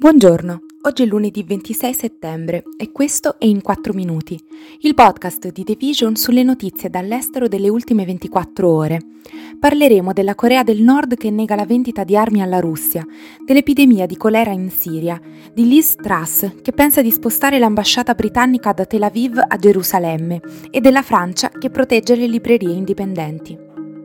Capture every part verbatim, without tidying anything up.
Buongiorno, oggi è lunedì ventisei settembre e questo è In quattro minuti, il podcast di The Vision sulle notizie dall'estero delle ultime ventiquattro ore. Parleremo della Corea del Nord che nega la vendita di armi alla Russia, dell'epidemia di colera in Siria, di Liz Truss che pensa di spostare l'ambasciata britannica da Tel Aviv a Gerusalemme e della Francia che protegge le librerie indipendenti.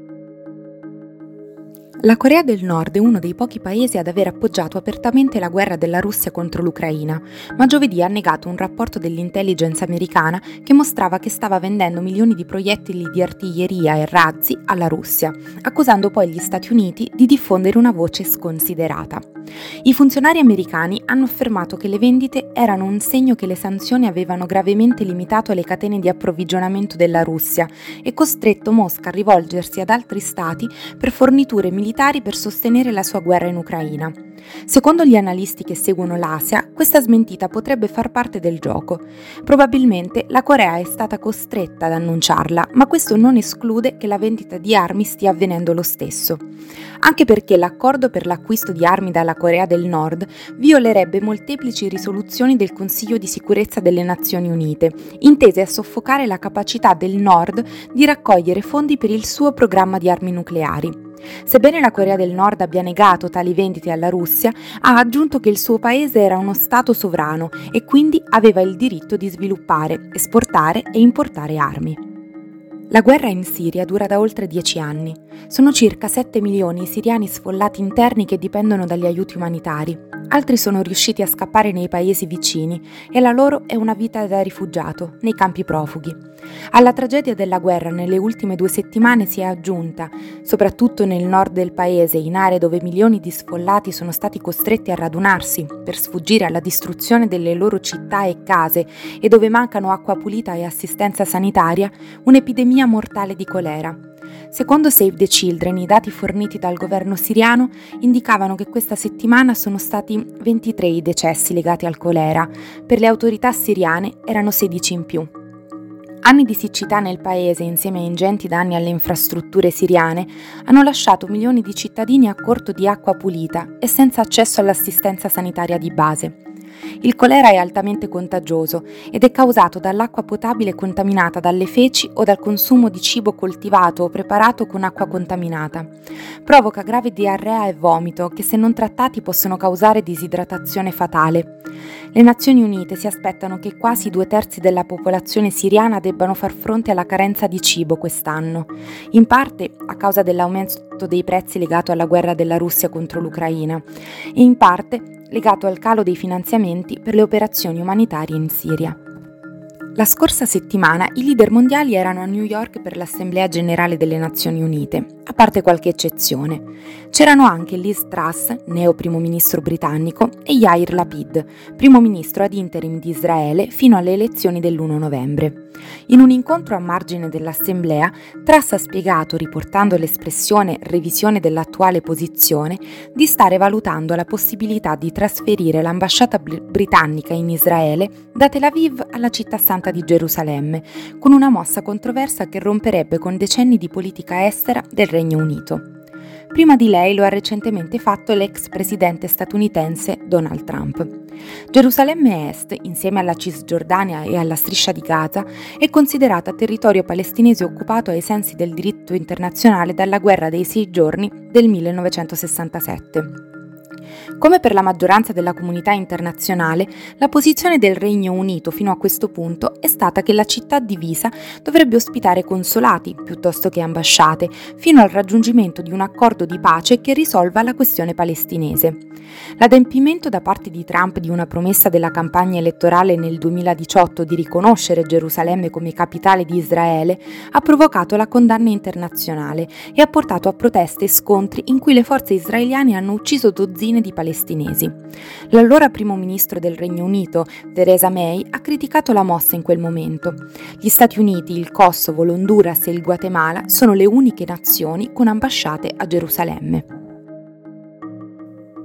La Corea del Nord è uno dei pochi paesi ad aver appoggiato apertamente la guerra della Russia contro l'Ucraina, ma giovedì ha negato un rapporto dell'intelligence americana che mostrava che stava vendendo milioni di proiettili di artiglieria e razzi alla Russia, accusando poi gli Stati Uniti di diffondere una voce sconsiderata. I funzionari americani hanno affermato che le vendite erano un segno che le sanzioni avevano gravemente limitato le catene di approvvigionamento della Russia e costretto Mosca a rivolgersi ad altri stati per forniture militari per sostenere la sua guerra in Ucraina. Secondo gli analisti che seguono l'Asia, questa smentita potrebbe far parte del gioco. Probabilmente la Corea è stata costretta ad annunciarla, ma questo non esclude che la vendita di armi stia avvenendo lo stesso. Anche perché l'accordo per l'acquisto di armi dalla Corea del Nord violerebbe molteplici risoluzioni del Consiglio di sicurezza delle Nazioni Unite, intese a soffocare la capacità del Nord di raccogliere fondi per il suo programma di armi nucleari. Sebbene la Corea del Nord abbia negato tali vendite alla Russia, ha aggiunto che il suo paese era uno Stato sovrano e quindi aveva il diritto di sviluppare, esportare e importare armi. La guerra in Siria dura da oltre dieci anni. Sono circa sette milioni i siriani sfollati interni che dipendono dagli aiuti umanitari. Altri sono riusciti a scappare nei paesi vicini e la loro è una vita da rifugiato, nei campi profughi. Alla tragedia della guerra nelle ultime due settimane si è aggiunta, soprattutto nel nord del paese, in aree dove milioni di sfollati sono stati costretti a radunarsi per sfuggire alla distruzione delle loro città e case e dove mancano acqua pulita e assistenza sanitaria, un'epidemia mortale di colera. Secondo Save the Children, i dati forniti dal governo siriano indicavano che questa settimana sono stati ventitré i decessi legati al colera. Per le autorità siriane erano sedici in più. Anni di siccità nel paese, insieme a ingenti danni alle infrastrutture siriane, hanno lasciato milioni di cittadini a corto di acqua pulita e senza accesso all'assistenza sanitaria di base. Il colera è altamente contagioso ed è causato dall'acqua potabile contaminata dalle feci o dal consumo di cibo coltivato o preparato con acqua contaminata. Provoca grave diarrea e vomito che, se non trattati, possono causare disidratazione fatale. Le Nazioni Unite si aspettano che quasi due terzi della popolazione siriana debbano far fronte alla carenza di cibo quest'anno, in parte a causa dell'aumento dei prezzi legato alla guerra della Russia contro l'Ucraina e in parte legato al calo dei finanziamenti per le operazioni umanitarie in Siria. La scorsa settimana i leader mondiali erano a New York per l'Assemblea Generale delle Nazioni Unite, a parte qualche eccezione. C'erano anche Liz Truss, neo primo ministro britannico, e Yair Lapid, primo ministro ad interim di Israele fino alle elezioni dell'primo novembre. In un incontro a margine dell'Assemblea, Truss ha spiegato, riportando l'espressione revisione dell'attuale posizione, di stare valutando la possibilità di trasferire l'ambasciata br- britannica in Israele da Tel Aviv alla città santa di Gerusalemme, con una mossa controversa che romperebbe con decenni di politica estera del Regno Unito. Prima di lei lo ha recentemente fatto l'ex presidente statunitense Donald Trump. Gerusalemme Est, insieme alla Cisgiordania e alla Striscia di Gaza, è considerata territorio palestinese occupato ai sensi del diritto internazionale dalla guerra dei sei giorni del millenovecentosessantasette. Come per la maggioranza della comunità internazionale, la posizione del Regno Unito fino a questo punto è stata che la città divisa dovrebbe ospitare consolati piuttosto che ambasciate, fino al raggiungimento di un accordo di pace che risolva la questione palestinese. L'adempimento da parte di Trump di una promessa della campagna elettorale nel duemiladiciotto di riconoscere Gerusalemme come capitale di Israele ha provocato la condanna internazionale e ha portato a proteste e scontri in cui le forze israeliane hanno ucciso dozzine di palestinesi. L'allora primo ministro del Regno Unito, Theresa May, ha criticato la mossa in quel momento. Gli Stati Uniti, il Kosovo, l'Honduras e il Guatemala sono le uniche nazioni con ambasciate a Gerusalemme.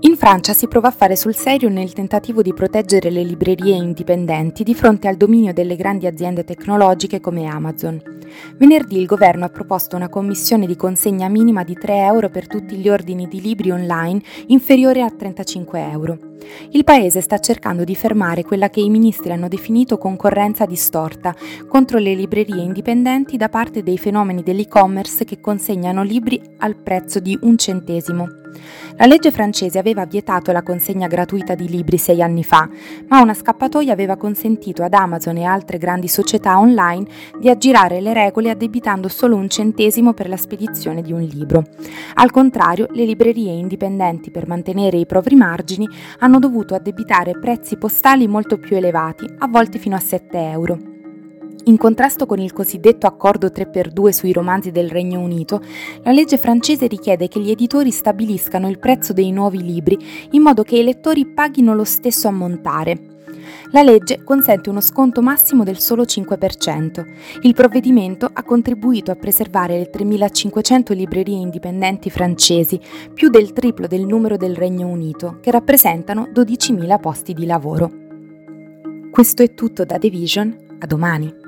In Francia si prova a fare sul serio nel tentativo di proteggere le librerie indipendenti di fronte al dominio delle grandi aziende tecnologiche come Amazon. Venerdì il governo ha proposto una commissione di consegna minima di tre euro per tutti gli ordini di libri online inferiore a trentacinque euro. Il paese sta cercando di fermare quella che i ministri hanno definito concorrenza distorta contro le librerie indipendenti da parte dei fenomeni dell'e-commerce che consegnano libri al prezzo di un centesimo. La legge francese aveva vietato la consegna gratuita di libri sei anni fa, ma una scappatoia aveva consentito ad Amazon e altre grandi società online di aggirare le regole addebitando solo un centesimo per la spedizione di un libro. Al contrario, le librerie indipendenti, per mantenere i propri margini, hanno dovuto addebitare prezzi postali molto più elevati, a volte fino a sette euro. In contrasto con il cosiddetto accordo tre per due sui romanzi del Regno Unito, la legge francese richiede che gli editori stabiliscano il prezzo dei nuovi libri in modo che i lettori paghino lo stesso ammontare. La legge consente uno sconto massimo del solo cinque per cento. Il provvedimento ha contribuito a preservare le tremilacinquecento librerie indipendenti francesi, più del triplo del numero del Regno Unito, che rappresentano dodicimila posti di lavoro. Questo è tutto da The Vision, a domani.